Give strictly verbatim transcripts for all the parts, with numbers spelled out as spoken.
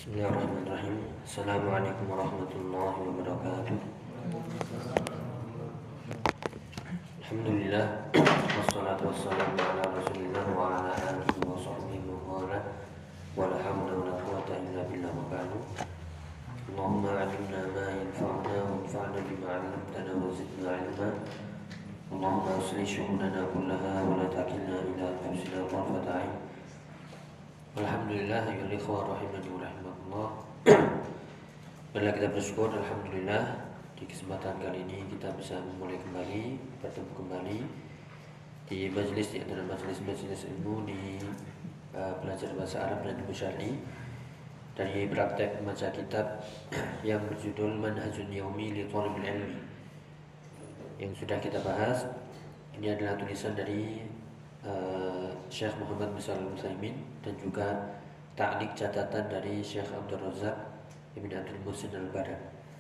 Bismillahirrahmanirrahim. Assalamualaikum warahmatullahi wabarakatuh. Alhamdulillah, wassalatu wassalamu ala rasulillah wa ala alihi wa sahbihi wa wala wa la hawla wa la quwwata illa billah wa ba'du. Allahumma 'allimna ma yanfa'una wanfa'na bima 'allamtana wa zidna 'ilma. Allahumma aslih syu'unana kullaha wa la takilna ila anfusina tarfata 'ain. Alhamdulillah, ya ikhwah rahimani wa rahimakumullah. Bila kita bersyukur, alhamdulillah, di kesempatan kali ini kita bisa memulai kembali, bertemu kembali di majelis di antara majelis-majelis ilmu di uh, belajar bahasa Arab dan ilmu syar'i dari praktek membaca kitab yang berjudul Manhajun Yaumi li Thalibil Ilmi yang sudah kita bahas. Ini adalah tulisan dari uh, Syekh Muhammad bin Shalih Al-Utsaimin dan juga ta'liq catatan dari Syekh Abdul Razak Ibn Abdul Muhsin Al-Badan.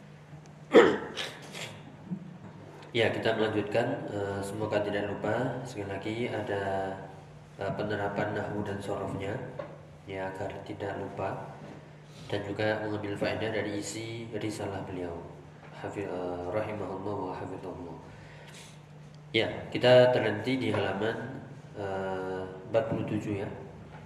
Ya, kita melanjutkan. uh, Semoga tidak lupa. Sekali lagi ada uh, penerapan nahwu dan sorofnya, ya, agar tidak lupa, dan juga mengambil faedah dari isi risalah beliau, Hafiz uh, rahimahullah wa hafizahullah. Ya, kita terhenti di halaman uh, empat puluh tujuh ya.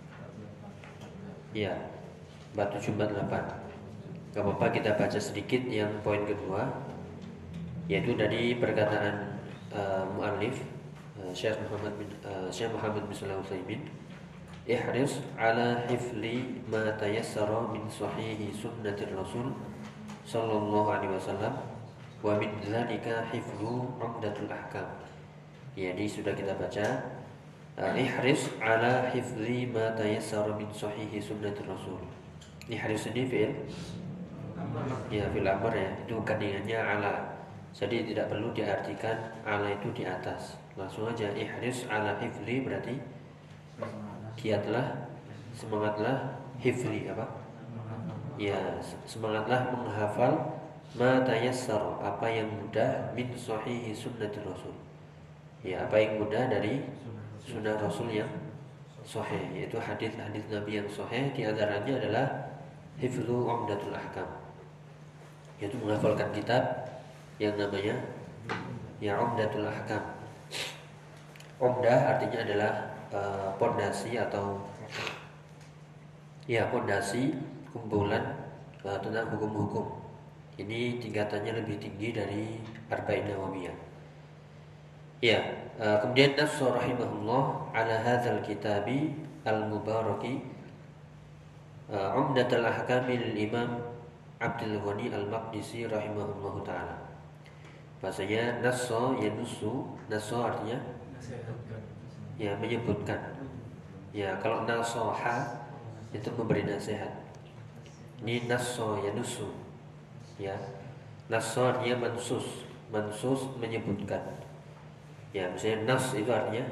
Ya, empat puluh tujuh empat puluh delapan. Gak apa-apa, kita baca sedikit yang poin kedua, yaitu dari perkataan uh, muallif uh, Syekh Muhammad bin uh, Syekh Muhammad bin Shalih Al-Utsaimin, ihris ala hifli ma tayassara min sahihi sunnatir rasul sallallahu alaihi wasallam wa min dzalika hiflu umdatul ahkam. Jadi sudah kita baca, uh, ihris ala hifli ma tayassara min sahihi sunnatir rasul. Ihris ini fi'il ya, fil amr ya, itu kandungannya ala. Jadi tidak perlu diartikan ala itu di atas. Langsung aja ihris ala hifli, berarti giatlah, semangatlah, hifli apa? Ya, semangatlah menghafal ma tayassar, apa yang mudah, min sahihi sunnatir rasul. Ya, apa yang mudah dari sunnah Rasul yang sahih, yaitu hadis-hadis Nabi yang sahih. Di antaranya adalah hifdzu umdatul ahkam, yaitu menghafalkan kitab yang namanya ya Umdatul Ahkam. Umdah artinya adalah pondasi uh, atau ya pondasi kumpulan uh, tentang hukum-hukum. Ini tingkatannya lebih tinggi dari Arba'in Nawawiyah. Ya, uh, kemudian Nafsu rahimahullah ala hadzal kitabi al-mubaraki uh, Umdatul Ahkamil Imam Abdul Ghani Al-Maqdisi rahimahullahu ta'ala. Bahasanya nasso ya nusu, nasso artinya ya menyebutkan. Ya, kalau nasoha itu memberi nasihat. Ini nasso ya nusu. Ya, nasso artinya mansus, mansus menyebutkan. Ya, misalnya nas itu artinya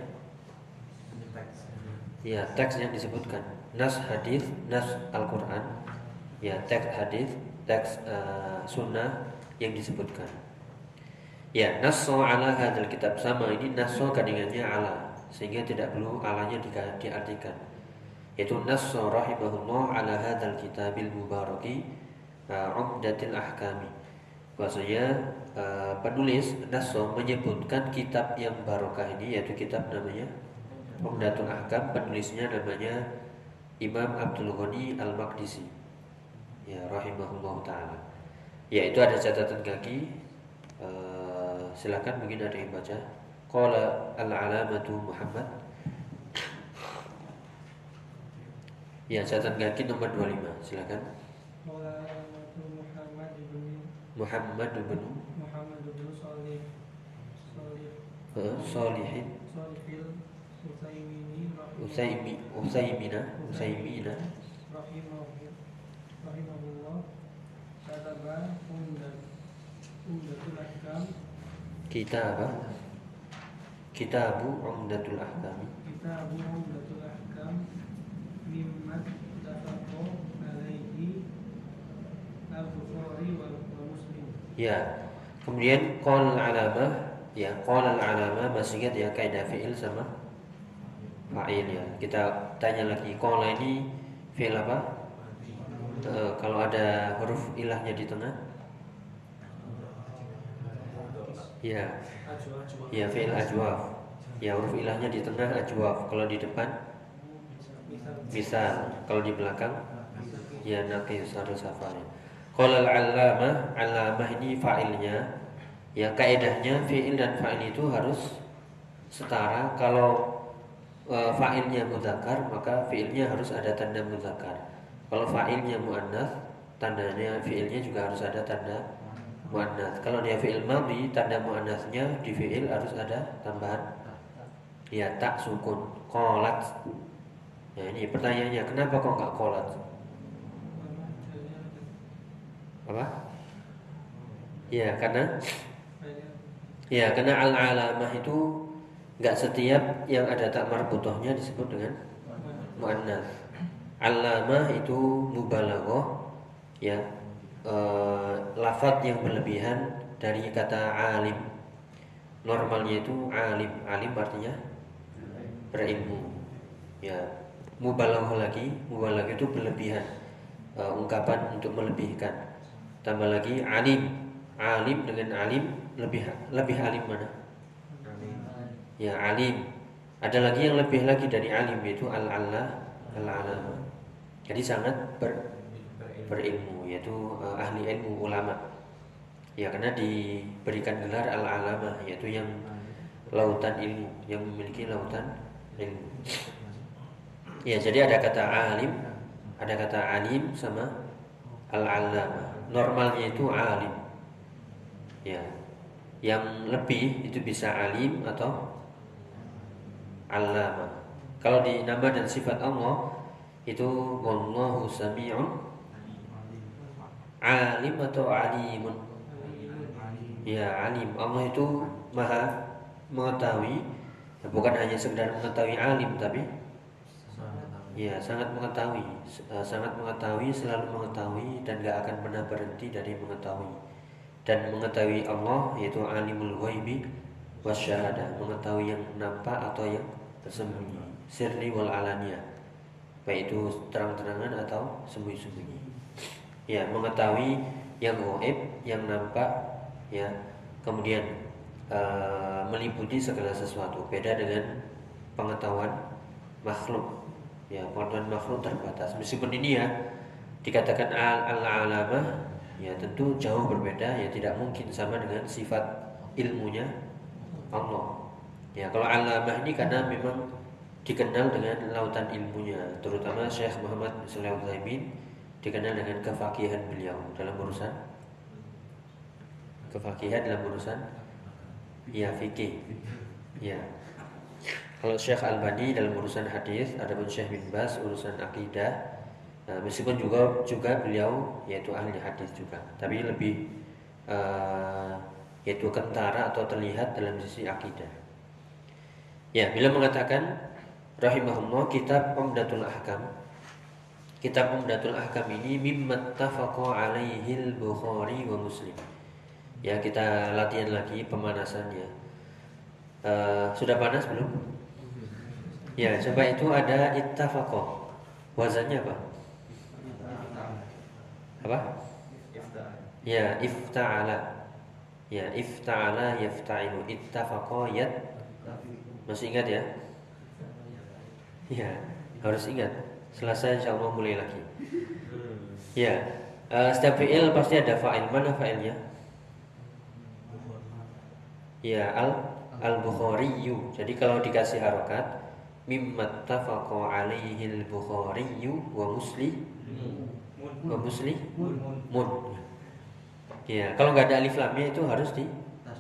ya teks yang disebutkan. Nas hadis, nas Al-Quran. Ya, teks hadis, teks uh, sunnah yang disebutkan. Ya, nasso ala hadzal kitab, sama ini nasso kandungannya ala, sehingga tidak perlu alanya diartikan. Yaitu nasso rahimahullah ala hadzal kitabil mubaraki uh, umdatil ahkami. Maksudnya uh, penulis nasso menyebutkan kitab yang barokah ini, yaitu kitab namanya Umdatul Ahkam. Penulisnya namanya Imam Abdul Ghani Al-Maqdisi, ya rahimahullah ta'ala. Ya, itu ada catatan kaki. uh, Silakan, mungkin ada yang baca. Qala al-alamatu Muhammad. Ya, catatan kaki nomor dua puluh lima. Silakan. Qala al-alamatu Muhammad ibn Muhammad ibn Muhammad ibn Shalih Shalih uh, Salihin Shalihil Utsaimini Utsaimi Utsaimina Utsaimina rahimahullah rahimahullah kataba umdat umdatul ahkam. Kita apa? Kitabu Umdatul Ahkam. Kitabu umdatul ahkam mimmat tafaqo alaihi al-Bukhari wa Muslim. Ya. Kemudian qala al-alamah, ya, qala al-alamah, masih ingat ya kaidah fi'il sama fa'il ya. Kita tanya lagi, qala ini fi'il apa? uh, kalau ada huruf ilahnya di tengah, ya, ya fi'il ajwaf. Ya huruf ilahnya di tengah ajwaf. Kalau di depan, misal. Kalau di belakang, ya naqis harus hafalnya. Qala al-allamah, allamah ini fa'ilnya. Ya kaidahnya fi'il dan fa'il itu harus setara. Kalau uh, fa'ilnya mudzakkar, maka fi'ilnya harus ada tanda mudzakkar. Kalau fa'ilnya muannats, tandanya fi'ilnya juga harus ada tanda muannats. Kalau dia fi'il madhi, tanda muannatsnya di fi'il harus ada tambahan ya tak sukun. Qalat. Ya ini pertanyaannya, kenapa kok enggak qalat? Apa? Ya karena ya karena al-alamah itu enggak setiap yang ada tak marbutohnya disebut dengan muannats. Alamah itu mubalaghah, ya e, lafadz yang berlebihan dari kata alim. Normalnya itu alim, alim artinya berilmu. Ya mubalaghah lagi, mubalaghah itu berlebihan, e, ungkapan untuk melebihkan. Tambah lagi alim, alim dengan alim lebih lebih alim mana? Ya alim. Ada lagi yang lebih lagi dari alim, yaitu al-Allah, al-alamah. Jadi sangat ber, berilmu, yaitu uh, ahli ilmu, ulama. Ya karena diberikan gelar al-alamah, yaitu yang lautan ilmu, yang memiliki lautan ilmu. Ya jadi ada kata alim, ada kata alim sama al-alamah. Normalnya itu alim. Ya, yang lebih itu bisa alim atau alamah. Kalau di nama dan sifat Allah itu wallahu sami'un alim atau alimun. Ya alim. Allah itu maha mengetahui, bukan hanya sekedar mengetahui alim, tapi ya sangat mengetahui, sangat mengetahui, selalu mengetahui dan gak akan pernah berhenti dari mengetahui. Dan mengetahui Allah yaitu alimul ghaibi wasyahadah, mengetahui yang nampak atau yang tersembunyi, sirri wal alaniyah, baik itu terang-terangan atau sembunyi-sembunyi. Ya, mengetahui yang gaib, yang nampak, ya. Kemudian uh, meliputi segala sesuatu. Beda dengan pengetahuan makhluk. Ya, pengetahuan makhluk terbatas. Meskipun ini ya dikatakan al-alamah, ya tentu jauh berbeda. Ya tidak mungkin sama dengan sifat ilmunya Allah. Ya, kalau alamah ini karena memang dikenal dengan lautan ilmunya, terutama Syekh Muhammad Shalih Al-Utsaimin dikenal dengan kefakihan beliau dalam urusan kefakihan dalam urusan ya fikih. Ya. Kalau Syekh Albani dalam urusan hadis, adapun Syekh bin Baz urusan akidah. Nah, meskipun juga juga beliau yaitu ahli hadis juga, tapi lebih uh, yaitu kentara atau terlihat dalam sisi akidah. Ya, beliau mengatakan rahimahullah, kitab Umdatul Ahkam. Kitab Umdatul Ahkam ini mimmat tafaqa alaihi al-Bukhari wa Muslim. Ya, kita latihan lagi pemanasannya. Uh, sudah panas belum? Ya, coba itu ada ittafaqa. Wazannya apa? Apa? Ya, ifta'ala. Ya, ifta'ala yafta'ilu. Ittafaqa yat. Masih ingat ya? Ya, harus ingat. Selasa insyaallah mulai lagi. Ya, uh, setiap fi'il pasti ada fa'il. Mana fa'ilnya? Ya, al al-Bukhariyu. Jadi kalau dikasih harokat, mimmat tafaqa alaihi al-Bukhariyu wa Muslim wa Muslim mun. Ya, kalau nggak ada alif lamnya itu harus di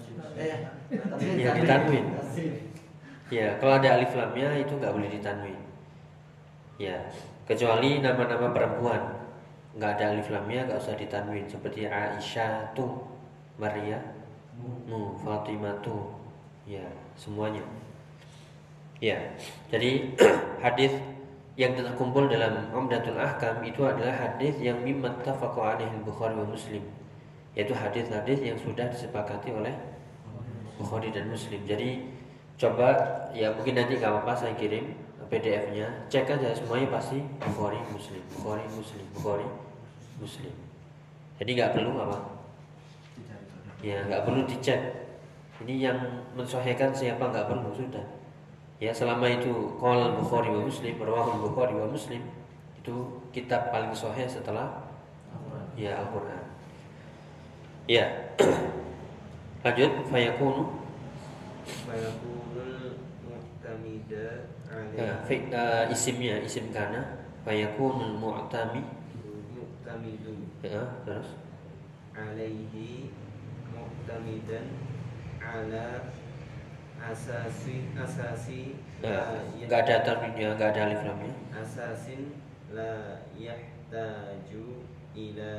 ya ditanwin. Ya, kalau ada alif lamnya itu nggak boleh ditanwin. Ya, kecuali nama-nama perempuan nggak ada alif lamnya nggak usah ditanwin, seperti Aisyah tu, Maria, nu, Fatimah tu, ya semuanya. Ya, jadi hadis yang terkumpul dalam Umdatul Ahkam itu adalah hadis yang mimmat tafaqa alaihi Bukhari wa Muslim, yaitu hadis-hadis yang sudah disepakati oleh Bukhari dan Muslim. Jadi coba ya mungkin nanti nggak apa-apa saya kirim P D F-nya, cek aja semuanya pasti Bukhari Muslim, Bukhari Muslim, Bukhari Muslim. Jadi nggak perlu apa? Ya nggak perlu dicek. Ini yang mensahihkan siapa, nggak perlu, sudah. Ya selama itu qala Bukhari wa Muslim, rawahul Bukhari wa Muslim, itu kitab paling sahih setelah ya Al-Qur'an. Ya. Lanjut, fayakunu fayakunul mu'tamida ya, alaihi fi, uh, isimnya isim kana fayakunul mu'tami mu'tamidu ya, terus alaihi mu'tamidan ala asasi asasi ya, la nggak ada tanwinnya, nggak ada alif lamnya. asasin la yahtaju ila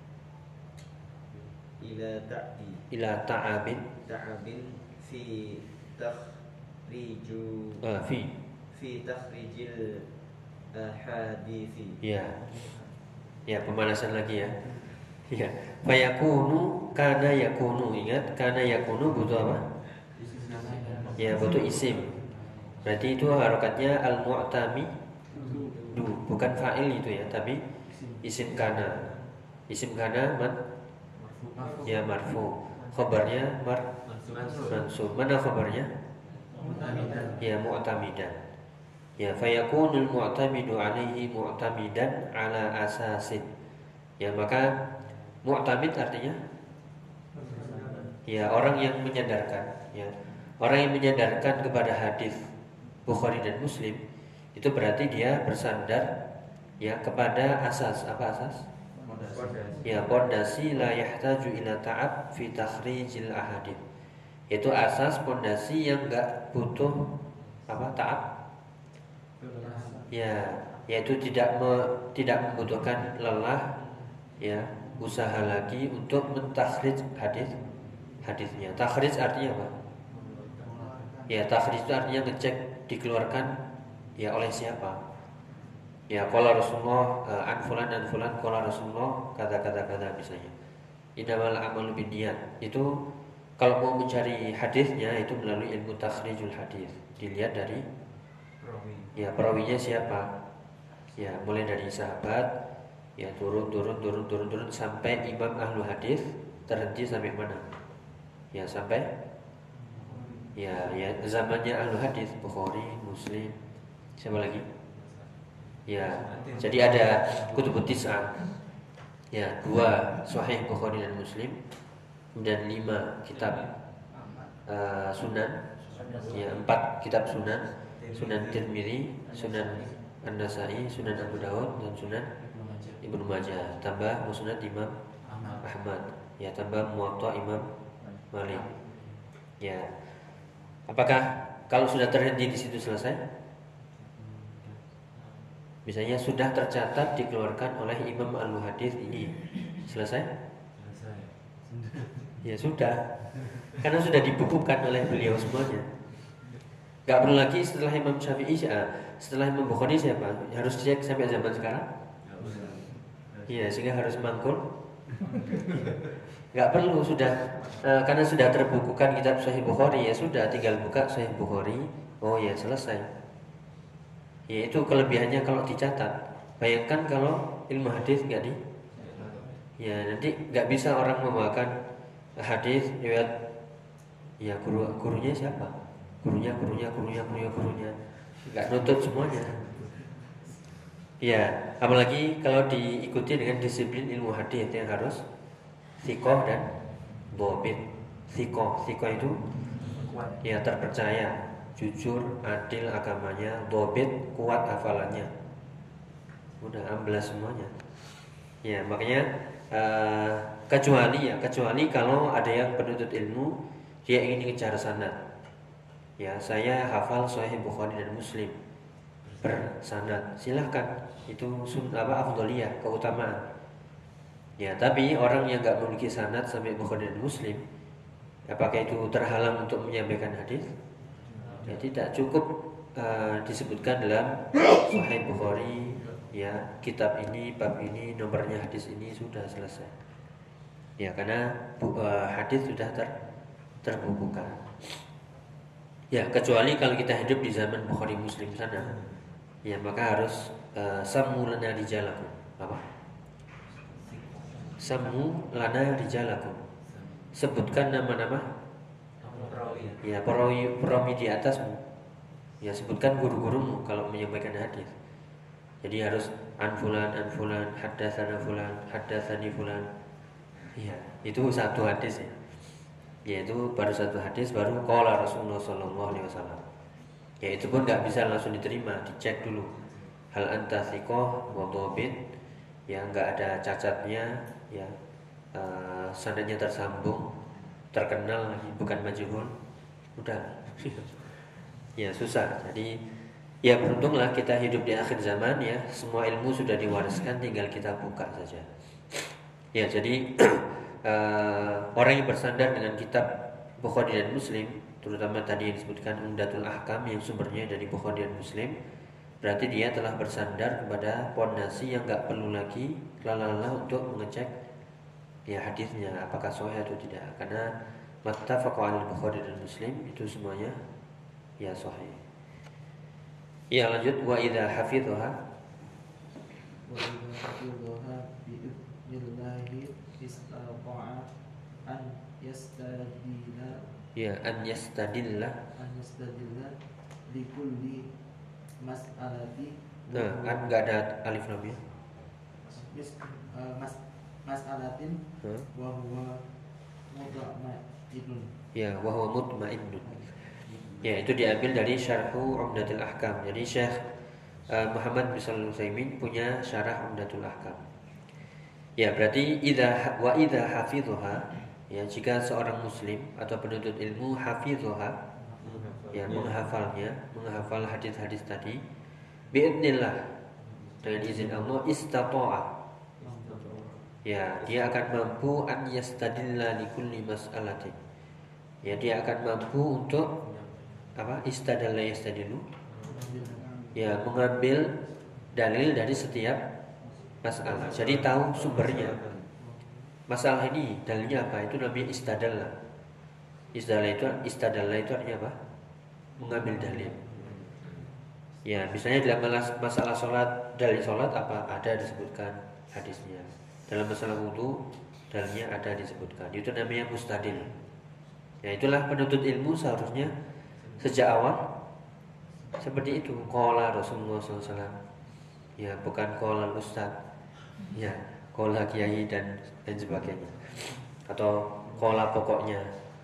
ila ta'di Ila ta'abin ta'abin fi takhriju uh, fi fi takhrijil hadithi. ya ya pemanasan lagi ya. Ya fayakunu kana yakunu, ingat kana yakunu butuh apa? Ya butuh isim. Berarti itu harokatnya al-mu'tami du, bukan fa'il itu ya, tapi isim kana. Isim kana man ya marfu. Khabarnya mar mansub. Mana khabarnya? Ya mu'tamidan. Ya fayakunul mu'tamidu alaihi mu'tamidan ala asasin. Ya maka mu'tamid artinya ya orang yang menyandarkan, ya. Orang yang menyandarkan kepada hadis Bukhari dan Muslim itu berarti dia bersandar ya kepada asas. Apa asas? Ya pondasi la yahtaju ila ta'ab fi takhrijil ahadits. Itu asas pondasi yang enggak butuh apa? Ta'ab. Ya, yaitu tidak me, tidak membutuhkan lelah ya, usaha lagi untuk mentakhrij hadis hadisnya. Takhrij artinya apa? Ya, takhrij itu artinya ngecek dikeluarkan ya oleh siapa. Ya, qala Rasulullah uh, an fulan dan fulan qala Rasulullah kata-kata kata misalnya. Innamal a'malu binniyat. Itu kalau mau mencari hadisnya itu melalui ilmu takhrijul hadis. Dilihat dari Rawi. ya perawinya siapa. Ya, mulai dari sahabat ya turun turun turun turun turun sampai imam ahlu hadis, terhenti sampai mana? Ya sampai ya ya zamannya ahlu hadis Bukhari, Muslim, siapa lagi? Ya, jadi ada kutubut tis'ah. Ya, dua Sahih Bukhari dan Muslim, dan lima kitab uh, Sunan. Ya, empat kitab Sunan, Sunan Tirmidzi, Sunan An-Nasa'i, Sunan Abu Dawud, dan Sunan Ibnu Majah. Tambah Musnad Imam Ahmad. Ya, tambah Muwatta Imam Malik. Ya, apakah kalau sudah terhenti di situ selesai? Misalnya sudah tercatat dikeluarkan oleh Imam Al-Hadis ini, selesai? Ya sudah, karena sudah dibukukan oleh beliau semuanya. Gak perlu lagi setelah Imam Syafi'i, setelah Imam Bukhari siapa? Harus cek sampai zaman sekarang? Iya, sehingga harus mangkul. Gak perlu, sudah e, karena sudah terbukukan kitab Sahih Bukhari, ya sudah tinggal buka Sahih Bukhari. Oh ya selesai. Ya itu kelebihannya kalau dicatat. Bayangkan kalau ilmu hadis nggak di, ya nanti nggak bisa orang membawakan hadis riwayat. Ya guru gurunya siapa? Gurunya gurunya gurunya gurunya gurunya. Nggak nutut semuanya. Ya apalagi kalau diikuti dengan disiplin ilmu hadis yang harus thiqah dan dhabit. Thiqah, thiqah itu ya terpercaya, jujur, adil agamanya, dhabit, kuat hafalannya. Udah amblas semuanya. Ya, makanya uh, kecuali ya, kecuali kalau ada yang penuntut ilmu dia ingin ngejar sanad. Ya, saya hafal Sahih Bukhari dan Muslim bersanad. Silahkan, itu sun apa afdhaliyah, keutamaan. Ya, tapi orang yang enggak memiliki sanad sampai Bukhari dan Muslim, apakah itu terhalang untuk menyampaikan hadis? Ya, tidak cukup uh, disebutkan dalam Sahih Bukhari ya kitab ini, bab ini, nomornya hadis ini, sudah selesai. Ya karena uh, hadis sudah ter, terbukukan. Ya kecuali kalau kita hidup di zaman Bukhari Muslim sana, ya maka harus uh, samulana rijalakum apa? Samu lana rijalakum. Sebutkan nama-nama Rawi. ya perawi perawi di atasmu. Ya sebutkan guru-gurumu kalau menyampaikan hadis. Jadi harus an fulan an fulan haddatsana fulan haddatsani fulan. Ya, itu satu hadis ya. Yaitu baru satu hadis baru qala Rasulullah sallallahu alaihi wasallam. Ya itu pun enggak bisa langsung diterima, dicek dulu. Hal anta thiqah wa dhabit, ya enggak ada cacatnya, ya. Uh, sanadnya tersambung, terkenal lagi, bukan majhul. Udah. Ya susah. Jadi ya beruntunglah kita hidup di akhir zaman ya, semua ilmu sudah diwariskan, tinggal kita buka saja. Ya jadi uh, orang yang bersandar dengan kitab Bukhari dan Muslim, terutama tadi yang disebutkan Umdatul Ahkam yang sumbernya dari Bukhari dan Muslim, berarti dia telah bersandar kepada pondasi yang enggak perlu lagi lalala untuk mengecek ya hadisnya apakah sahih atau tidak, karena muttafaqun alal Bukhari dan Muslim itu semuanya ya sahih. Ya lanjut, wa idza hafidhaha wa idza hafidhaha bi'idnillahi istata'a an yastadila ya an yastadilla an yastadilla likulli mas'alati nah kan enggak ada alif lam ya Mis, uh, mas mas'alatin huh? wa huwa mutma'innun. Ya wa huwa mutmainnun. Ya itu diambil dari Syarhu Umdatul Ahkam. Jadi Syekh uh, Muhammad bin Shalih Al-Utsaimin punya Syarah Umdatul Ahkam. Ya berarti idza wa idza hafidhaha, ya jika seorang muslim atau penuntut ilmu hafidhaha, ya menghafalnya, menghafal hadis-hadis tadi biidznillah, dengan izin Allah, istata'a, ya dia akan mampu an yastadilla likulli mas'alatin, ya dia akan mampu untuk apa, istadalla yastadilu, ya mengambil dalil dari setiap masalah. Jadi tahu sumbernya. Masalah ini dalilnya apa? Itu namanya istadalla. Istadalla itu istadalla itu artinya apa? Mengambil dalil. Ya, misalnya dalam masalah sholat, dalil sholat apa? Ada disebutkan hadisnya. Dalam masalah wudu, dalilnya ada disebutkan. Itu namanya mustadil. Ya, itulah penuntut ilmu seharusnya sejak awal seperti itu. Qala Rasulullah sallallahu alaihi wasallam. Ya, bukan qala ustaz. Ya, qala kiai dan dan sebagainya. Atau qala pokoknya.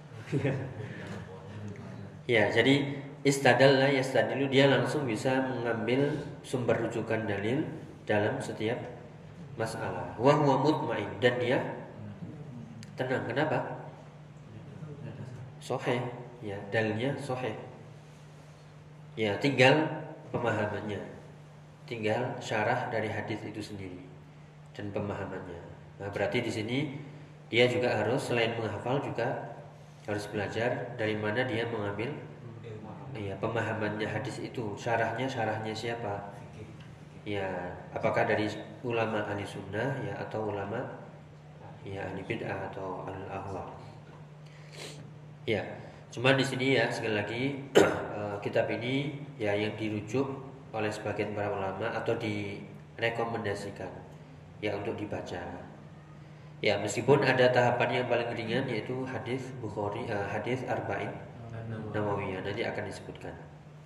Ya, jadi istadalla yastadilu, dia langsung bisa mengambil sumber rujukan dalil dalam setiap masalah. Wa huwa mutmain, dan dia tenang. Kenapa? Sahih, ya, dalilnya sahih. Ya, tinggal pemahamannya. Tinggal syarah dari hadis itu sendiri dan pemahamannya. Nah, berarti di sini dia juga harus selain menghafal juga harus belajar dari mana dia mengambil ya, pemahamannya hadis itu, syarahnya syarahnya siapa? Ya, apakah dari ulama ahli sunnah ya atau ulama ya ahli bid'ah atau ahli ahwa. Ya, cuman di sini ya sekali lagi kitab ini ya yang dirujuk oleh sebagian para ulama atau direkomendasikan ya untuk dibaca. Ya, meskipun ada tahapan yang paling ringan yaitu hadis Bukhari, uh, hadis Arba'in Nawawiyah, nanti akan disebutkan.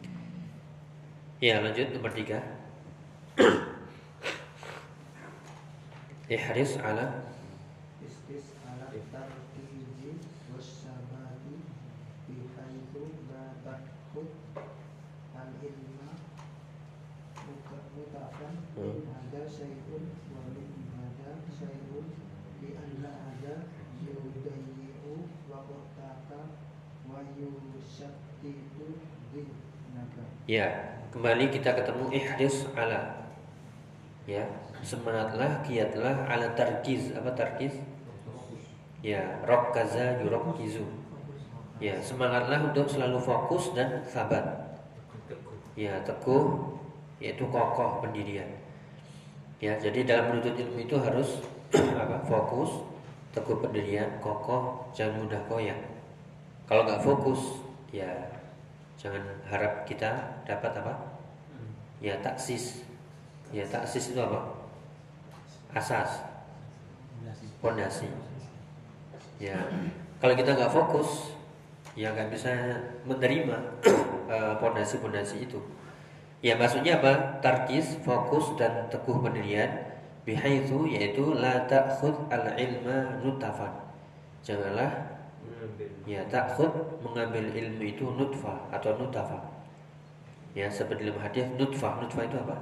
Ya, lanjut nomor tiga. Ihris ala Istis ala tarkiji wasyabati bihaitu la takhud al ilma mutafan in ada syai'un wa min ada syai'un li anna ada yudayyi'u wa qataka wa yusyattitu dhinnaka. Ya, kembali kita ketemu ihris ala. Ya, semangatlah, giatlah ala tarkiz. Apa tarkiz? Ya, rokkaza yurokkizu. Ya, semangatlah untuk selalu fokus dan sabar. Ya, teguh, yaitu kokoh pendirian. Ya, jadi dalam menuntut ilmu itu harus apa? Fokus, teguh pendirian, kokoh, jangan mudah goyah. Kalau nggak fokus, ya jangan harap kita dapat apa? Ya taksis. Ya taksis itu apa? Asas. pondasi. Ya, kalau kita nggak fokus, ya nggak bisa menerima pondasi-pondasi itu. Ya maksudnya apa? Tarkis, fokus dan teguh pendirian, bihaitsu yaitu la ta'khudh al-ilma nutfan. Janganlah ya ta'khudh mengambil ilmu itu nutfah atau nutafa. Ya seperti dalam hadis nutfah, nutfah itu apa?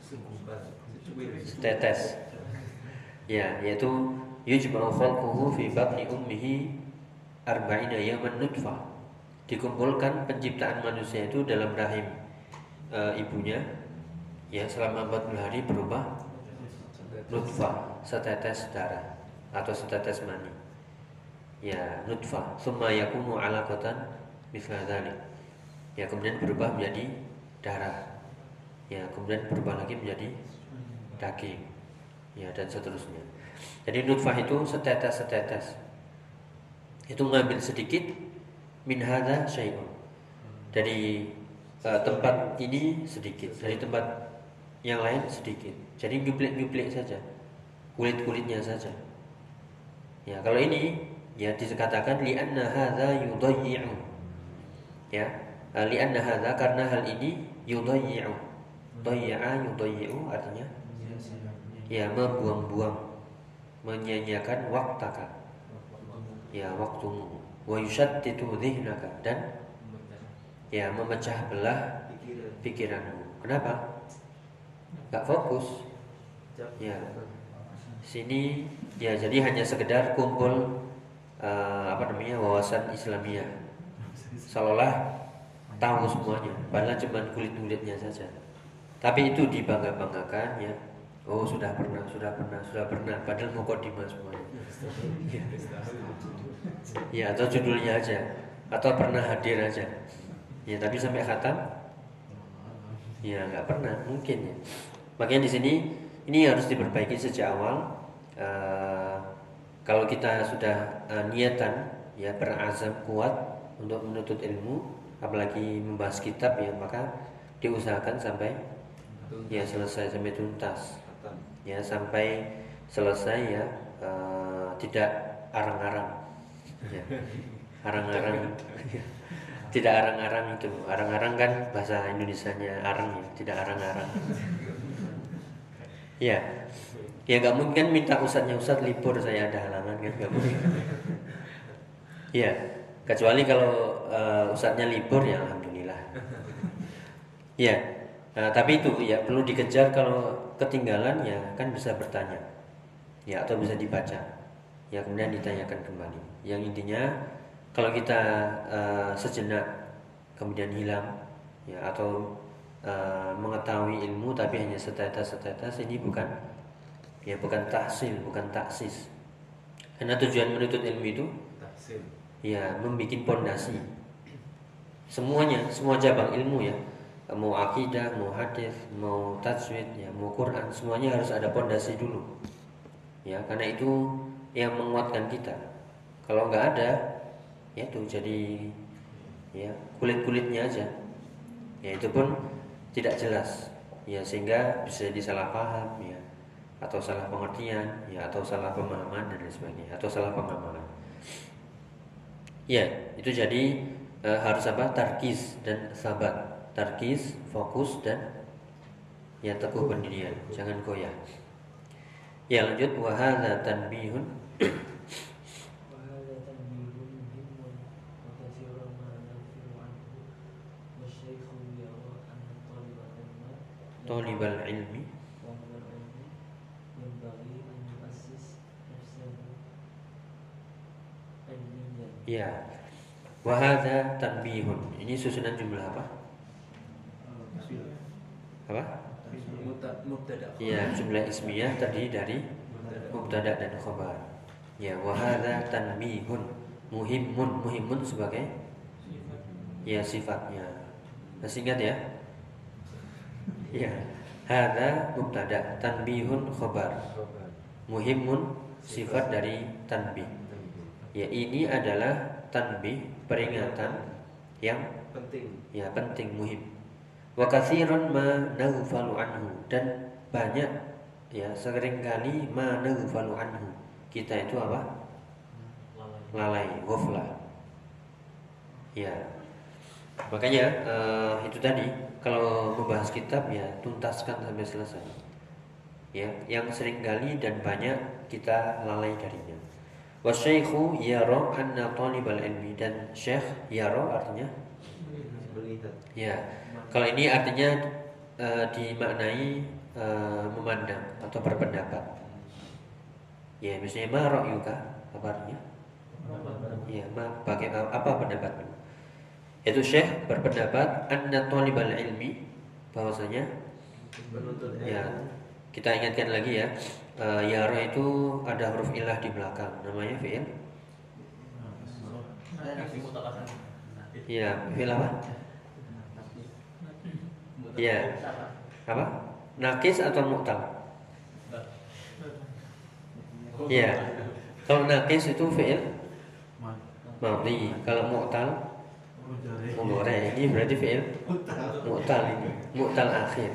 Setetes. Ya, yaitu yujma'u khalquhu fi batni ummihi arba'ina yawman nutfah. Dikumpulkan penciptaan manusia itu dalam rahim e, ibunya ya selama empat puluh hari berubah nutfah, setetes darah atau setetes mani. Ya, nutfah, summa yakunu 'alaqatan mithla dzalik. Ya, kemudian berubah menjadi darah. Ya, kemudian berubah lagi menjadi daging. Ya, dan seterusnya. Jadi nutfah itu setetes-setetes. Itu mengambil sedikit min hadza syai'un. Dari uh, tempat ini sedikit, dari tempat yang lain sedikit. Jadi nyuplik-nyuplik saja. Kulit-kulitnya saja. Ya, kalau ini ya dikatakan li'anna hadza yudayyi'u. Ya, li'anna hadza karena hal ini yudayyi'u. Dayya'a yudayyi'u artinya ya membuang-buang, menyia-nyiakan waktaka, ya waktumu, wa yushattitu dhihnaka dan ya memecah belah pikiranmu. Kenapa? Gak fokus. Ya, sini ya jadi hanya sekedar kumpul uh, apa namanya wawasan Islamiyah, seolah tahu semuanya, padahal cuma kulit-kulitnya saja. Tapi itu dibangga-banggakan ya. Oh sudah pernah, sudah pernah, sudah pernah. Padahal mukadimah semuanya. Ya. Ya atau judulnya aja, atau pernah hadir aja. Ya tapi sampai khatam, ya nggak pernah mungkin ya. Makanya di sini ini harus diperbaiki sejak awal. Uh, kalau kita sudah uh, niatan, ya berazam kuat untuk menuntut ilmu, apalagi membahas kitab ya, maka diusahakan sampai ya selesai, sampai tuntas. Ya sampai selesai ya uh, tidak arang-arang ya. Arang-arang tidak arang-arang itu, arang-arang kan bahasa Indonesianya arang ya, tidak arang-arang ya. Ya gak mungkin minta ustadznya, ustadz libur saya ada halangan kan, gak mungkin ya, kecuali kalau uh, ustadznya libur ya alhamdulillah ya. Nah, tapi itu ya perlu dikejar, kalau ketinggalan ya kan bisa bertanya ya atau bisa dibaca ya kemudian ditanyakan kembali. Yang intinya kalau kita uh, sejenak kemudian hilang ya atau uh, mengetahui ilmu tapi hanya setetes-setetes, ini bukan ya bukan tahsil, bukan taksis. Karena tujuan menuntut ilmu itu tahsil ya membuat pondasi semuanya, semua cabang ilmu ya, mau akidah, mau hadis, mau tajwid, ya, mau Quran, semuanya harus ada pondasi dulu. Ya, karena itu yang menguatkan kita. Kalau nggak ada, ya itu jadi ya kulit-kulitnya aja. Ya itu pun tidak jelas. Ya sehingga bisa disalah paham ya, atau salah pengertian, ya atau salah pemahaman dan lain sebagainya, atau salah pengamalan. Ya, itu jadi e, harus apa? Tarkis dan sabat. Tarkis, fokus dan ya teguh pendirian, jangan goyah. Ya lanjut, wa hadza tanbihun. Wa hadza tanbihun muhimmun wa katsirun ma nafi'u anhu wa syaikhu yara anna talibal ilmi talibal ilmi talibal ilmi yanbaghi an yu'assis nafsahu ilmiyan. Ya. Wa hadza tanbihun. Ini susunan jumlah apa? Apa? Mubtada. Ya, jumlah ismiyah terdiri dari mubtada dan khabar. Ya, wa hadza tanbihun muhimmun. Muhimmun sebagai ya sifatnya. Masih ingat ya? Ya. Hadza mubtada, tanbihun khabar. Muhimmun sifat dari tanbih. Ya, ini adalah tanbih, peringatan yang penting. Ya, penting, muhim. Wa katsiran ma naghfalu anhu, dan banyak ya seringkali ma naghfalu anhu kita itu apa? Lalai, ghaflah. Ya. Makanya uh, itu tadi kalau membahas kitab ya tuntaskan sampai selesai. Ya, yang seringkali dan banyak kita lalai darinya. Wasyaikhu yara anna talibal ilmi, dan syekh yara artinya melihat. ya. Kalau ini artinya uh, dimaknai uh, memandang atau berpendapat. Ya, misalnya ma ra'yuka, apa artinya? Ya, ma bagai apa pendapatmu? Itu syekh berpendapat anna talibal ilmi, bahwasanya Penuntut ya, kita ingatkan lagi ya, uh, yara itu ada huruf ilah di belakang, namanya fi'il. Ya, fi'il apa? Ya, apa? Nakis atau mu'tal? Ya, kalau nakis itu fi'il madhi, kalau mu'tal mudhari. Ini berarti fi'il mu'tal, ini mu'tal akhir.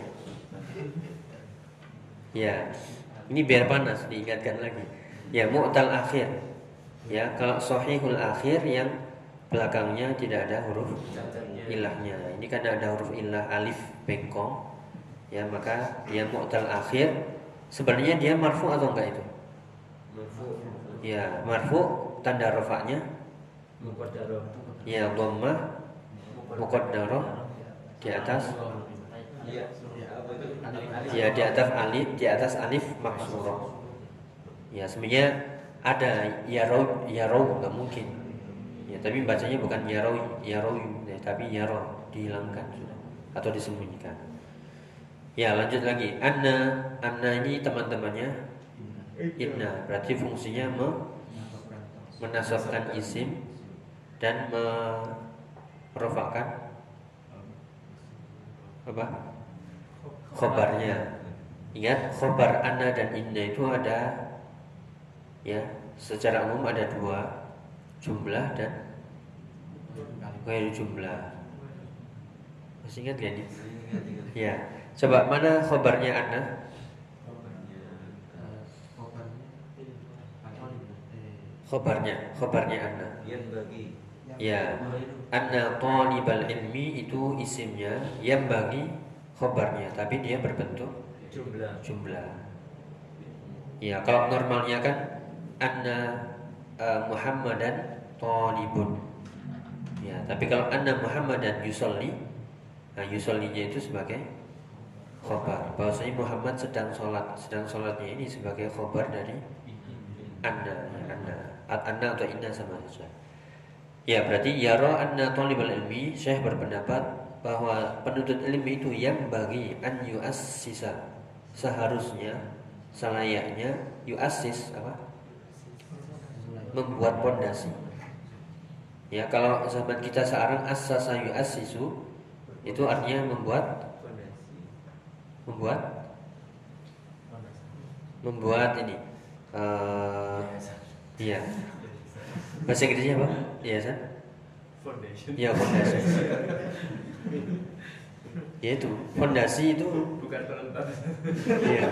Ya, ini biar panas diingatkan lagi. Ya, mu'tal akhir. Ya, kalau sahihul akhir yang belakangnya tidak ada huruf ilahnya. Ini kan ada huruf ilah alif bengkong. Ya, maka dia mu'tal akhir. Sebenarnya dia marfu atau enggak itu? Marfu. Ya, marfu tanda rafa'nya Muqaddarah. ya dhammah muqaddarah di atas Iya. Apa itu? ya di atas alif di atas alif maksurah. Ya, sebenarnya ada yarau yarau enggak mungkin. Ya, tapi bacanya bukan yarau yarau ya, tapi yarau, dihilangkan sudah atau disembunyikan. Ya, lanjut lagi. Anna anna ini teman-temannya inna, berarti fungsinya me, menasabkan isim dan merofakkan apa? Khobarnya. Ingat, khobar anna dan inna itu ada ya, secara umum ada dua, jumlah dan ghair jumlah. Masih ingat gak nih? Ya, coba mana khobarnya anna? Khobarnya, khobarnya anna. Yang bagi. Ya, anna talibal ilmi itu isimnya, yang bagi khobarnya, tapi dia berbentuk Jumlah. jumlah. Ya, kalau normalnya kan anna uh, Muhammadan talibun. Ya, tapi kalau anna Muhammadan yusolli, nah yusollinya itu sebagai khobar. Bahwasanya Muhammad sedang sholat, sedang sholatnya ini sebagai khobar dari anna, ya, anna, at anna atau inna sama saja. Ya, berarti yara anna talibal ilmi, Syekh berpendapat bahwa penuntut ilmi itu yang bagi an yu'assisa, seharusnya selayaknya yu'assis apa? Membuat pondasi. Ya, kalau zaman kita sekarang assasa yu'assisu itu artinya membuat membuat membuat ini uh, iya. Bahasa Inggrisnya apa? Iya, San? Foundation. Ya, fondasi. Ya itu, fondasi itu Bukan pelengkap. iya.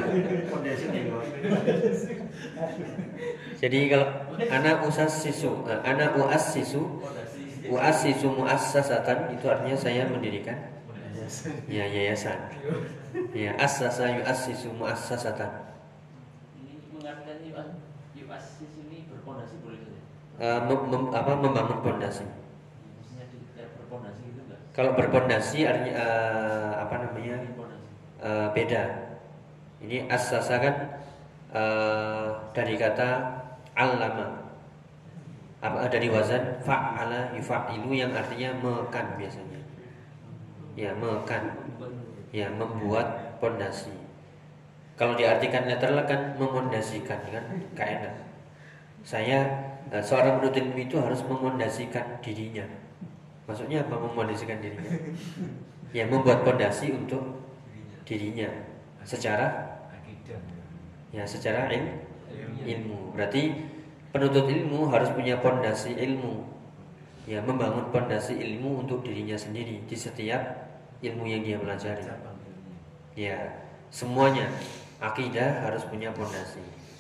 Jadi kalau anak usassisu, uh, anak uassisu, uassisu muassasatan itu artinya saya mendirikan ya yayasan. Ya, assasa yuassisu muassasatan. Ini mengartikan yu'assis ini berpondasi boleh saja. Uh, mem, mem, apa membangun pondasi. Maksudnya tidak berpondasi gitu enggak? Kalau berpondasi artinya uh, apa namanya? Pondasi. Uh, beda. Ini assasa kan uh, dari kata allama. Apa dari wazan fa'ala yufa'ilu yang artinya mekan biasanya. Ya, mekan. Ya, membuat pondasi. Kalau diartikan letterlah kan memondasikan kan, gak enak. Saya uh, seorang penuntut ilmu itu harus memondasikan dirinya. Maksudnya apa memondasikan dirinya? Ya, membuat pondasi untuk dirinya secara ya secara il, ilmu. Berarti penuntut ilmu harus punya pondasi ilmu. Ya, membangun pondasi ilmu untuk dirinya sendiri di setiap ilmu yang dia pelajari. Ya, semuanya akidah harus punya pondasi.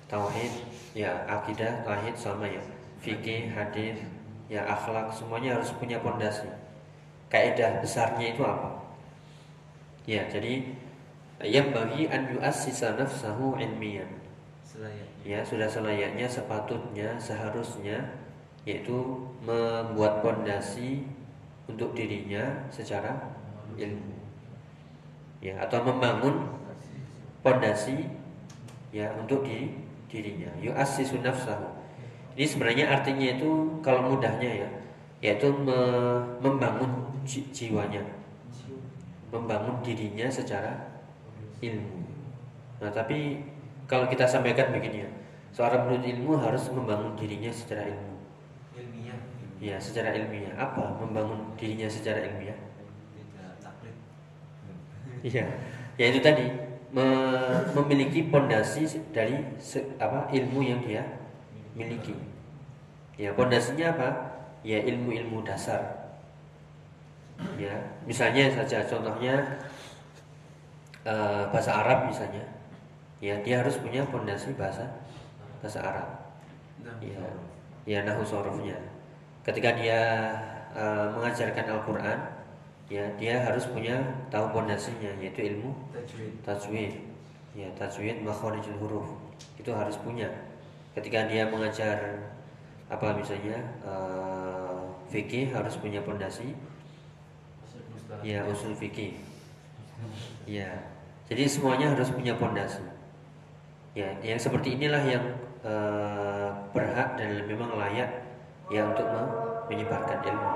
tauhid, ya akidah, tauhid sama ya. Fikih, hadis, ya akhlak, semuanya harus punya pondasi. Kaidah besarnya itu apa? Ya, jadi yang bagi an yu'assisa nafsahu ilmiyan. Selayaknya. Ya, sudah selayaknya, sepatutnya, seharusnya, yaitu membuat pondasi untuk dirinya secara ilmu. Ya, atau membangun pondasi ya untuk diri dirinya. Yu'assisu nafsahu. Ini sebenarnya artinya itu kalau mudahnya ya, yaitu me- membangun ji- jiwanya, membangun dirinya secara ilmu. Nah, tapi kalau kita sampaikan begini ya, seorang penuntut ilmu harus membangun dirinya secara ilmu. Ilmiah. Ya, secara ilmiah. Apa membangun dirinya secara ilmiah? Tidak taklid. Iya, ya itu tadi me- memiliki pondasi dari se- apa ilmu yang dia miliki. Ya, pondasinya apa? Ya ilmu-ilmu dasar. Ya, misalnya saja contohnya eh, bahasa Arab misalnya. Ya, dia harus punya pondasi bahasa bahasa Arab. Nah, Ya, ya nahu sorofnya. Ketika dia eh, mengajarkan Al-Quran, ya dia harus punya tahu pondasinya, yaitu ilmu tajwid. tajwid. Ya, tajwid makharijul huruf itu harus punya. Ketika dia mengajar apa misalnya eh, fikih harus punya pondasi, Mustalah. ya usul fikih. Ya, jadi semuanya harus punya pondasi. Ya, yang seperti inilah yang eh, berhak dan memang layak ya untuk me- menyebarkan ilmu.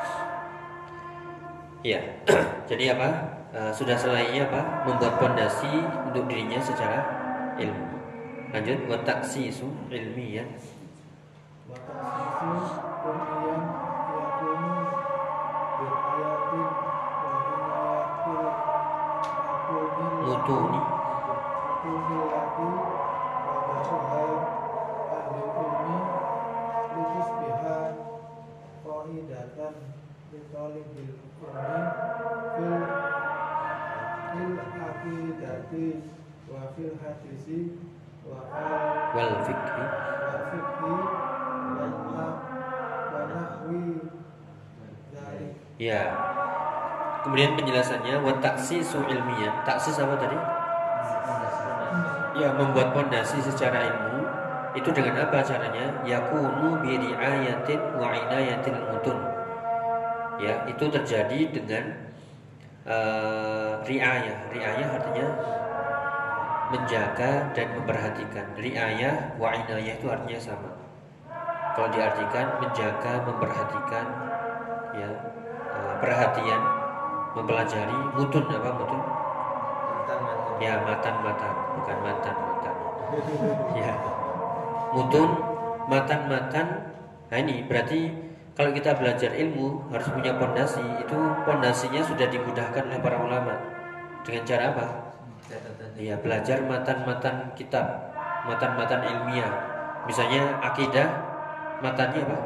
Ya, jadi apa? Eh, sudah selayaknya apa? Membuat pondasi untuk dirinya secara ilmu. Lanjut, wa taksisu ilmiyan. وتأسيس علميا يكون بآيات وعناية Mutuni. المتون التي وضعها أهل العلم لتصبح قاعدة لطالب العلم في العقيدة وفي الحديث وفي Wal fikhi. والفقه ونحو ذلك. Ya. Kemudian penjelasannya wa taksisu ilmiyan. Taksis apa tadi? Ya, membuat pondasi secara ilmu. Itu dengan apa caranya? Yakunu bi riayatin wa inayatil mutun. Ya, itu terjadi dengan uh, riayah. Riayah artinya menjaga dan memperhatikan. Riayah wa inayah itu artinya sama. Kalau diartikan menjaga, memperhatikan, ya, uh, perhatian, mempelajari. Mutun apa mutun? Mantan-mantan. Ya, matan-matan, bukan matan-matan. Ya, mutun, matan-matan. Nah ini berarti kalau kita belajar ilmu harus punya pondasi. Itu pondasinya sudah dimudahkan oleh para ulama. Dengan cara apa? Catatan. Ya, belajar matan-matan kitab, matan-matan ilmiah. Misalnya akidah, matannya apa?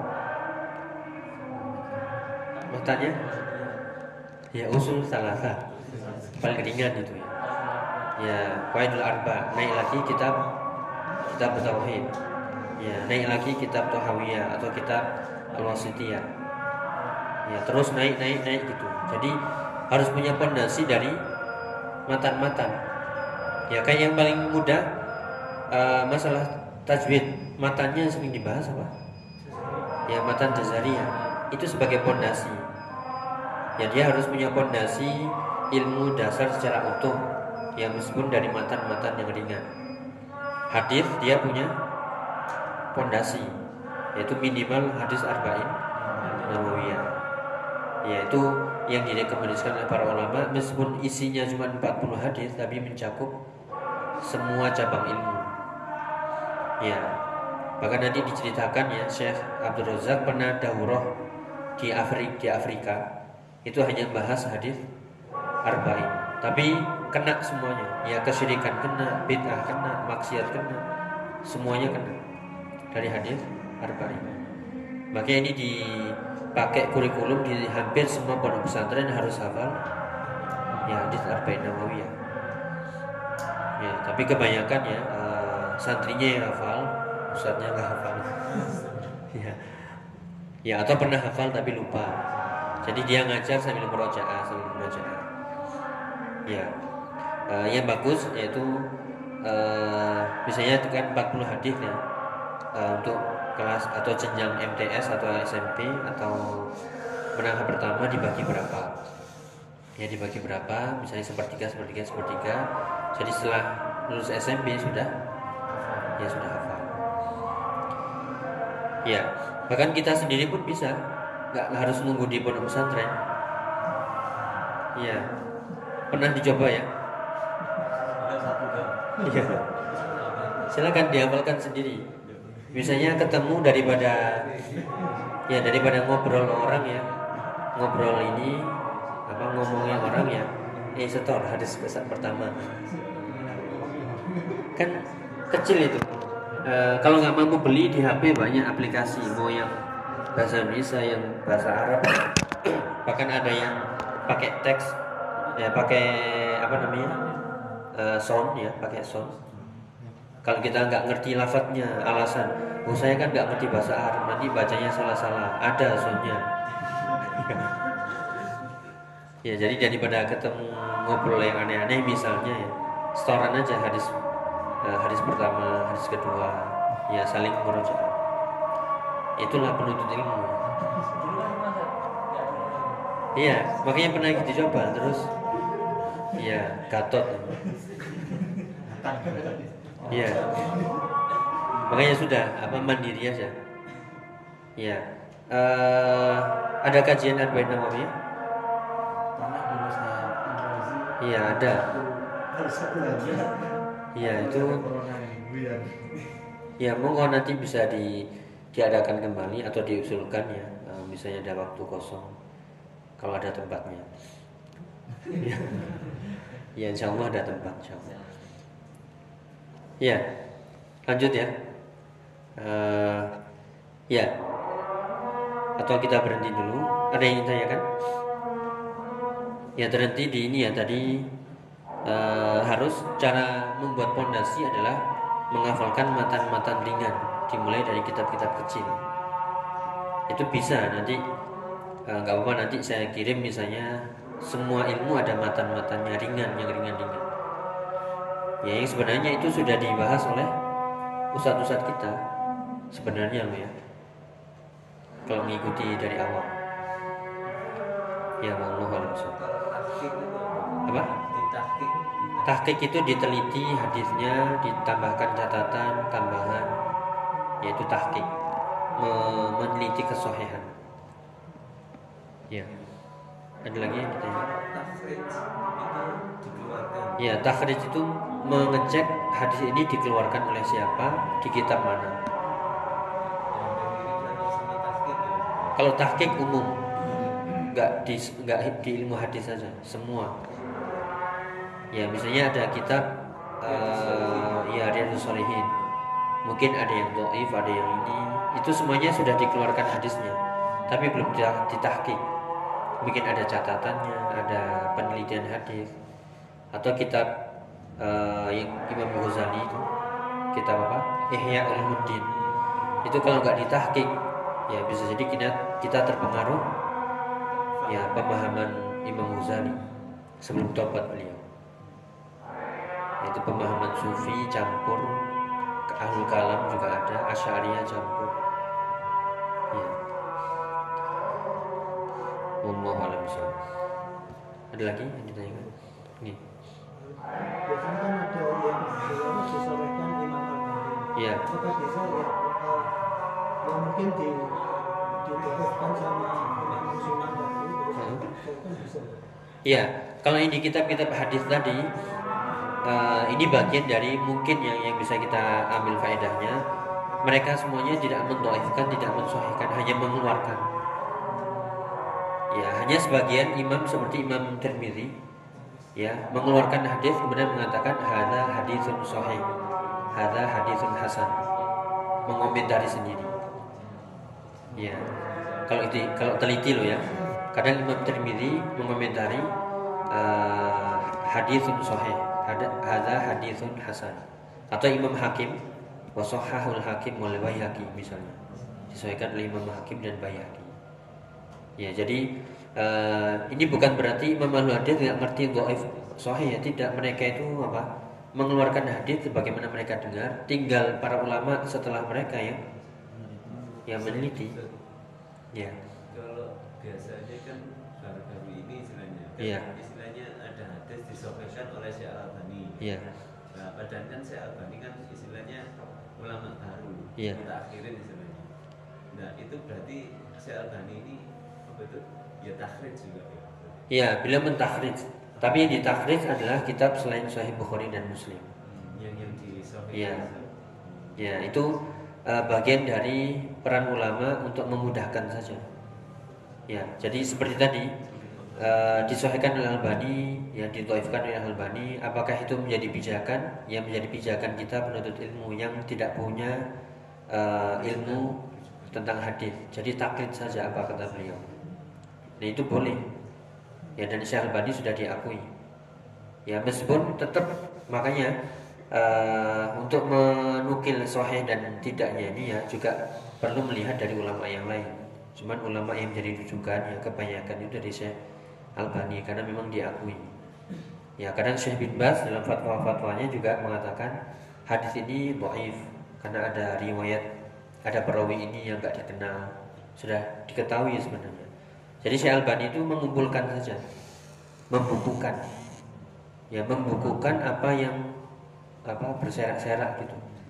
Matannya? Ya usul salasa. Paling ringan itu ya. Ya, Qaidul Arba. Naik lagi kitab kitab tauhid. Ya, naik lagi kitab Tahawiyah atau kitab Al-Wasithiyah. Ya, terus naik naik naik gitu. Jadi harus punya pondasi dari matan-matan. Ya, kayak yang paling mudah uh, masalah tajwid. Matannya sering dibahas apa? Ya, matan Jazariyah. Itu sebagai pondasi. Ya, dia harus punya pondasi ilmu dasar secara utuh. Ya, meskipun dari matan-matan yang ringan. Hadis dia punya pondasi, yaitu minimal hadis arba'in nawawiyah. Yaitu yang direkomendasikan oleh para ulama, meskipun isinya cuma empat puluh hadis tapi mencakup semua cabang ilmu. Ya. Bahkan nanti diceritakan ya, Syekh Abdul Razak pernah daurah di Afrika, di Afrika. Itu hanya bahas hadis arba'in, tapi kena semuanya. Ya, kesyirikan kena, bid'ah kena, maksiat kena, semuanya kena dari hadis arba'in. Makanya ini dipakai kurikulum di hampir semua pondok pesantren harus hafal ya hadis arba'in nawawiyah. Ya, tapi kebanyakan ya uh, santrinya yang hafal, ustadznya nggak hafal. Ya, ya atau pernah hafal tapi lupa. Jadi dia ngajar sambil murojaah, sambil murojaah. Ya, uh, yang bagus yaitu uh, misalnya itu kan empat puluh hadis ya uh, untuk kelas atau jenjang M T S atau S M P atau menengah pertama dibagi berapa? Ya dibagi berapa? Misalnya sepertiga, sepertiga, sepertiga. Jadi setelah lulus S M P sudah, ya sudah hafal. Ya, bahkan kita sendiri pun bisa, nggak harus nunggu di pondok pesantren. Ya, pernah dicoba ya? Ada satu kan? Iya. Silakan dihafalkan sendiri. Misalnya ketemu daripada, ya daripada ngobrol orang ya, ngobrol ini apa ngomongnya orang ya, eh setor hadis pertama. Kan kecil itu. E, kalau nggak mampu beli di H P banyak aplikasi, mau yang bahasa Indonesia, yang bahasa Arab, bahkan ada yang pakai teks, ya pakai apa namanya e, sound ya, pakai sound. Kalau kita nggak ngerti lafadznya, alasan, oh saya kan nggak ngerti bahasa Arab, nanti bacanya salah-salah, ada soundnya. Ya jadi daripada ketemu ngobrol yang aneh-aneh misalnya ya, setoran aja hadis. Nah, hadis pertama, hadis kedua, ya saling murojaah. Itulah penuntut ilmu. Iya, makanya pernah dicoba terus. Iya, gatot. Iya. Makanya sudah apa mandiri aja. Iya. Uh, ada kajian Arba'in Nawawiyah? Pernah dulu saya improvisasi. Iya, ada. Harus satu lagi. Ya itu Corona ini, ya. ya monggo nanti bisa di, diadakan kembali atau diusulkan ya, uh, misalnya ada waktu kosong kalau ada tempatnya. Ya, ya insya Allah ada tempat insya Allah. Ya lanjut ya, uh, ya atau kita berhenti dulu. Ada yang ingin tanyakan? Ya terhenti di ini ya tadi. Uh, harus cara membuat pondasi adalah menghafalkan matan-matan ringan dimulai dari kitab-kitab kecil. Itu bisa nanti nggak uh, apa-apa nanti saya kirim misalnya semua ilmu ada matan-matannya ringan yang ringan-ringan. Ya yang sebenarnya itu sudah dibahas oleh ustadz-ustadz kita sebenarnya loh ya. Kalau mengikuti dari awal. Ya wallahu a'lam bishawab. Apa? Tahqiq. Tahqiq itu diteliti hadisnya, ditambahkan catatan tambahan, yaitu tahqiq, Me- meneliti kesohihan. Ya, ada lagi yang ditanya? Takhrij itu dikeluarkan. Ya, takhrij itu mengecek hadis ini dikeluarkan oleh siapa, di kitab mana. Yang mirip sama tahqiq ya. Kalau tahqiq umum, nggak di nggak di ilmu hadis saja, semua. Ya misalnya ada kitab uh, ya Riyadhus Shalihin, mungkin ada yang dhaif, ada yang ini, itu semuanya sudah dikeluarkan hadisnya, tapi belum ditahqiq. Mungkin ada catatannya, ada penelitian hadis, atau kitab uh, yang Imam Ghazali itu, kitab apa? Ihya Ulumuddin. Itu kalau nggak ditahqiq, ya bisa jadi kita kita terpengaruh ya pemahaman Imam Ghazali sebelum tobat beliau. Itu pemahaman sufi campur ke ahlul kalam juga ada, asy'ariyah campur. Ya. Wallahu a'lam bishawab. Ada lagi yang ditanyakan? Nih. Biasanya kan ada yang beliau disorehkan Imam Al-Ghazali. Iya. Apakah bisa ya uh, yang mungkin di dituliskan sama Imam Sunan tadi terus Hmm. kan bisa. Iya, kalau ini di kitab-kitab hadis tadi uh, ini bagian dari mungkin yang yang bisa kita ambil faedahnya. Mereka semuanya tidak mendhaifkan, tidak mensahihkan, hanya mengeluarkan. Ya, hanya sebagian imam seperti Imam Tirmidzi ya, mengeluarkan hadis kemudian mengatakan hadza haditsun sahih, hadza haditsun hasan, mengomentari sendiri. Ya. Kalau itu kalau teliti loh ya. Kadang Imam Tirmidzi mengomentari uh, haditsun sahih, hadza haditsun hasan. Atau Imam Hakim, wasahahul Hakim wal Baihaqi misalnya, disesuaikan oleh Imam Hakim dan Baihaqi. Ya, jadi uh, ini bukan berarti Imam Ahlul Hadis tidak ngerti dhaif sahih ya, tidak. Mereka itu apa? Mengeluarkan hadis sebagaimana mereka dengar, tinggal para ulama setelah mereka yang yang meneliti. Ya. Kalau biasanya kan baru-baru ini istilahnya, kan Iya. istilahnya ada hadis disahihkan oleh Syekh Al-Albani. Iya. Nah, padahal kan Syekh Al-Albani kan istilahnya ulama baru, Iya. kita akhirin istilahnya. Nah, itu berarti Syekh Al-Albani ini apa itu? Ya takhrij juga ya. Iya, bila mentakhrij. Tapi yang ditakhrij adalah kitab selain Sahih Bukhari dan Muslim. Hmm, yang yang disahihkan. Iya. Ya, itu uh, bagian dari peran ulama untuk memudahkan saja. Ya, jadi seperti tadi uh, disahihkan oleh Al-Albani, yang didhaifkan oleh Al-Albani, apakah itu menjadi pijakan? Yang menjadi pijakan kita penuntut ilmu yang tidak punya uh, ilmu tentang hadis. Jadi taklid saja apa kata beliau. Nah, itu boleh. Ya, dan Syekh Al-Albani sudah diakui. Ya, meskipun tetap makanya uh, untuk menukil sahih dan tidaknya ini ya juga perlu melihat dari ulama yang lain. Cuman ulama yang menjadi rujukan ya kebanyakan itu dari Syekh Al-Albani karena memang diakui. Ya, kadang Syekh bin Baz dalam fatwa-fatwanya juga mengatakan hadis ini dhaif karena ada riwayat, ada perawi ini yang enggak dikenal, sudah diketahui sebenarnya. Jadi Syekh Al-Albani itu mengumpulkan saja, membukukan, ya membukukan apa yang apa berserak-serak gitu,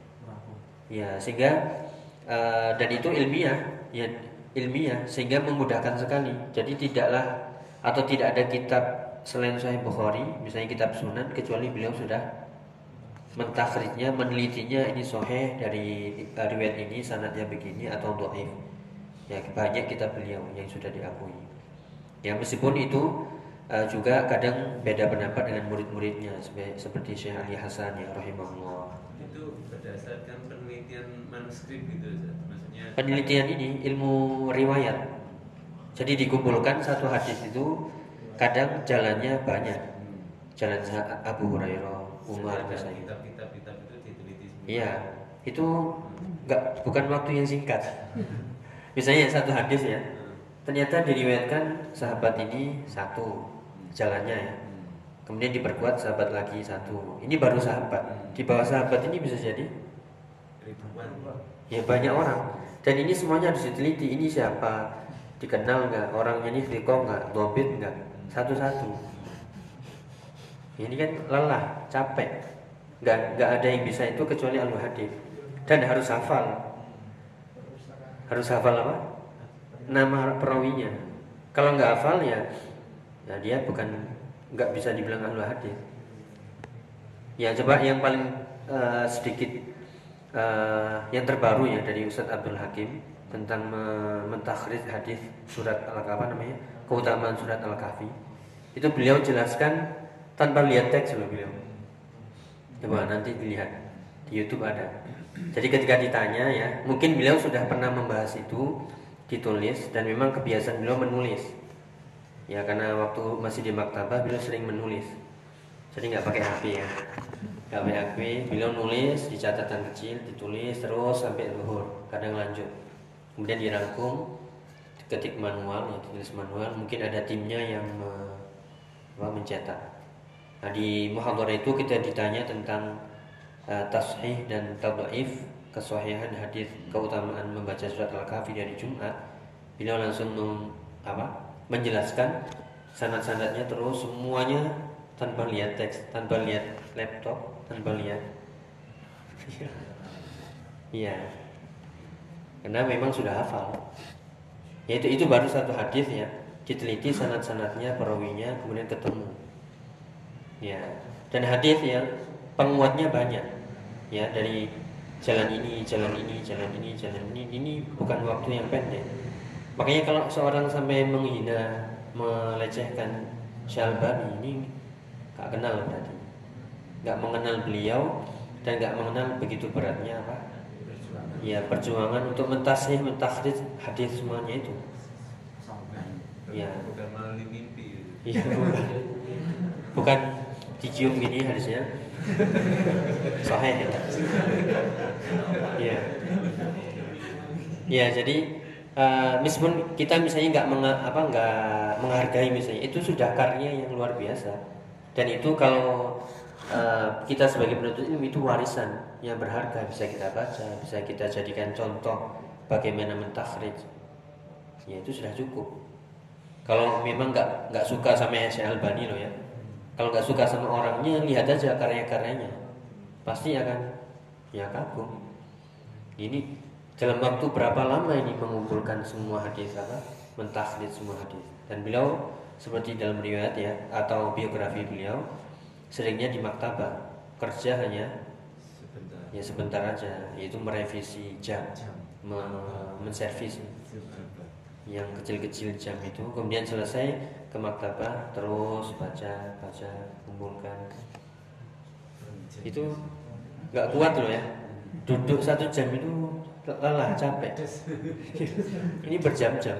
ya sehingga uh, dan itu ilmiah, ya ilmiah sehingga memudahkan sekali. Jadi tidaklah atau tidak ada kitab selain Sahih Bukhari, misalnya kitab Sunan, kecuali beliau sudah mentakhrijnya, menelitinya ini sahih dari uh, riwayat ini, sanadnya begini atau dhaif. Ya, banyak kitab beliau yang sudah diakui. Ya, meskipun itu uh, juga kadang beda pendapat dengan murid-muridnya seperti Syekh Ali Hasan ya rahimahullah. Itu berdasarkan penelitian manuskrip gitu, maksudnya. Penelitian ini ilmu riwayat. Jadi dikumpulkan satu hadis itu kadang jalannya banyak. Jalan Abu Hurairah, Umar misalnya. Kitab-kitab itu diteliti semua. Iya, itu enggak bukan waktu yang singkat. Misalnya satu hadis ya, ternyata diriwayatkan sahabat ini satu jalannya ya, kemudian diperkuat sahabat lagi satu. Ini baru sahabat. Di bawah sahabat ini bisa jadi ribuan. ya banyak orang. Dan ini semuanya harus diteliti. Ini siapa? Dikenal nggak? Orangnya ini thiqah nggak? Dhabit nggak? Satu-satu. Ini kan lelah, capek. Nggak nggak ada yang bisa itu kecuali ahli hadis. Dan harus hafal. Harus hafal apa? Nama perawinya. Kalau nggak hafal ya, ya dia bukan nggak bisa dibilang ahli hadis. Ya coba yang paling uh, sedikit uh, yang terbaru ya dari Ustadz Abdul Hakim tentang mentakhrij hadis surat Al-Kahfi namanya, keutamaan surat Al-Kahfi. Itu beliau jelaskan tanpa lihat teks loh beliau. Coba nanti dilihat di YouTube ada. Jadi ketika ditanya ya, mungkin beliau sudah pernah membahas itu, ditulis, dan memang kebiasaan beliau menulis. Ya karena waktu masih di maktabah beliau sering menulis. Jadi nggak pakai H P ya, nggak pakai H P. Beliau nulis di catatan kecil, ditulis terus sampai zuhur. Kadang lanjut, kemudian dirangkum, ketik manual, ya tulis manual. Mungkin ada timnya yang me, mencetak. Nah di muhadharah itu kita ditanya tentang Uh, tashih dan tadhaif, kesahihan hadis, keutamaan membaca surat Al-Kahfi dari Jumat. Beliau langsung mem, apa, menjelaskan sanad-sanadnya terus semuanya tanpa lihat teks, tanpa lihat laptop, tanpa lihat. Iya. Karena memang sudah hafal. Yaitu itu baru satu hadis ya, diteliti sanad-sanadnya, perawinya, kemudian ketemu. Ya. Dan hadis yang penguatnya banyak ya, dari jalan ini, jalan ini, jalan ini, jalan ini. Ini bukan waktu yang pendek. Makanya kalau seorang sampai menghina, melecehkan Syekh Al-Albani, ini gak kenal berarti, gak mengenal beliau dan gak mengenal begitu beratnya apa ya perjuangan untuk mentashih, mentakhrij hadis semuanya itu. Ya. Bukan melalui mimpi. Iya, bukan. Bukan dicium gini hadisnya. Sahih ya. Iya. Ya, jadi uh, meskipun kita misalnya nggak menga, apa nggak menghargai misalnya, itu sudah karya yang luar biasa. Dan itu kalau uh, kita sebagai penuntut ilmu itu warisan yang berharga, bisa kita baca, bisa kita jadikan contoh bagaimana mentakhrij. Ya itu sudah cukup. Kalau memang nggak nggak suka sama Syekh Albani loh ya, kalau nggak suka sama orangnya, lihat aja karya-karyanya, pasti akan ya kagum. Ini dalam waktu berapa lama ini mengumpulkan semua hadis apa, mentakhrij semua hadis. Dan beliau seperti dalam riwayat ya atau biografi beliau, seringnya di maktabah, kerja hanya Sebentar. ya sebentar aja, yaitu merevisi jam, me- menservis yang kecil-kecil jam itu, kemudian selesai ke maktabah terus baca baca kumpulkan. Itu nggak kuat loh ya, duduk satu jam itu lelah capek. Ini berjam-jam.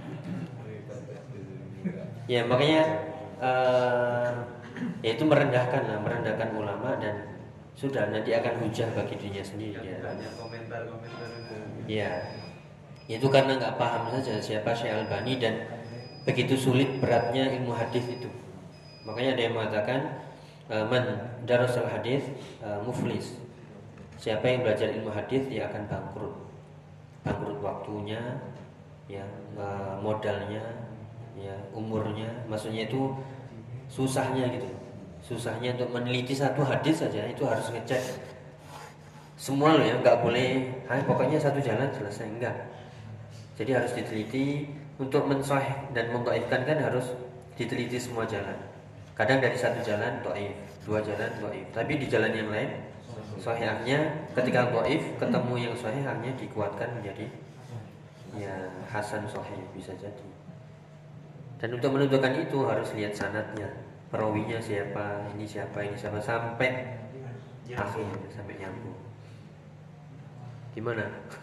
Ya makanya uh, ya itu merendahkan lah, merendahkan ulama, dan sudah nanti akan hujah bagi dirinya sendiri ya. Banyak komentar-komentar itu. Ya, itu karena nggak paham saja siapa Syekh Albani dan begitu sulit beratnya ilmu hadis itu. Makanya ada yang mengatakan man darasal hadis uh, muflis. Siapa yang belajar ilmu hadis dia akan bangkrut. Bangkrut waktunya, ya uh, modalnya, ya umurnya. Maksudnya itu susahnya gitu. Susahnya untuk meneliti satu hadis saja itu harus ngecek semua loh ya, nggak boleh ah, pokoknya satu jalan selesai, enggak. Jadi harus diteliti untuk mensahih dan mendhaifkan, kan harus diteliti semua jalan. Kadang dari satu jalan dhaif, dua jalan dhaif, tapi di jalan yang lain sahihnya ketika dhaif ketemu yang sahih hanya dikuatkan menjadi ya hasan sahih bisa jadi. Dan untuk menentukan itu harus lihat sanadnya, perawinya siapa, ini siapa, ini siapa sampai akhir sampai nyambung. Gimana?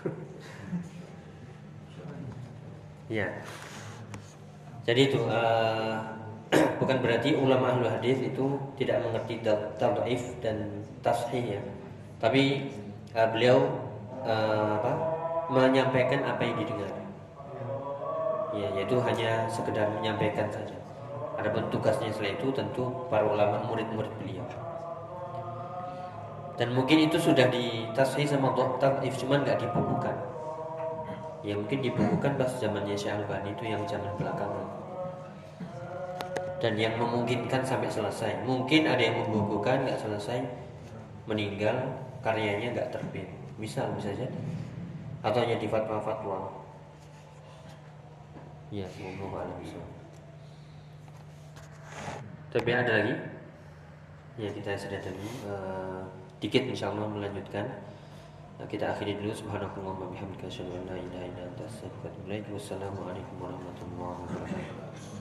Ya. Jadi itu uh, bukan berarti ulama ahlu hadis itu tidak mengerti tadhaif dan tashih ya. Tapi uh, beliau uh, apa? menyampaikan apa yang didengar. Ya, yaitu hanya sekedar menyampaikan saja. Adapun tugasnya setelah itu tentu para ulama murid-murid beliau. Dan mungkin itu sudah ditashih sama Taif, cuman nggak dibukukan. Ya mungkin dibukukan pas zamannya Syekh Albani itu yang zaman belakangan. Dan yang memungkinkan sampai selesai. Mungkin ada yang membukukan nggak selesai, meninggal, karyanya nggak terbit. Misal bisa jadi. Atau hanya di fatwa-fatwa. Ya, semoga Allah bisa. Tapi ada lagi? Ya kita sudah tadi. Uh, Dikit insyaallah melanjutkan. Nah, kita akhiri dulu. Subhanallah wa bihamdika asyhadu an la ilaha illa anta astaghfiruka wa atubu ilaik. Wassalamualaikum warahmatullahi wabarakatuh.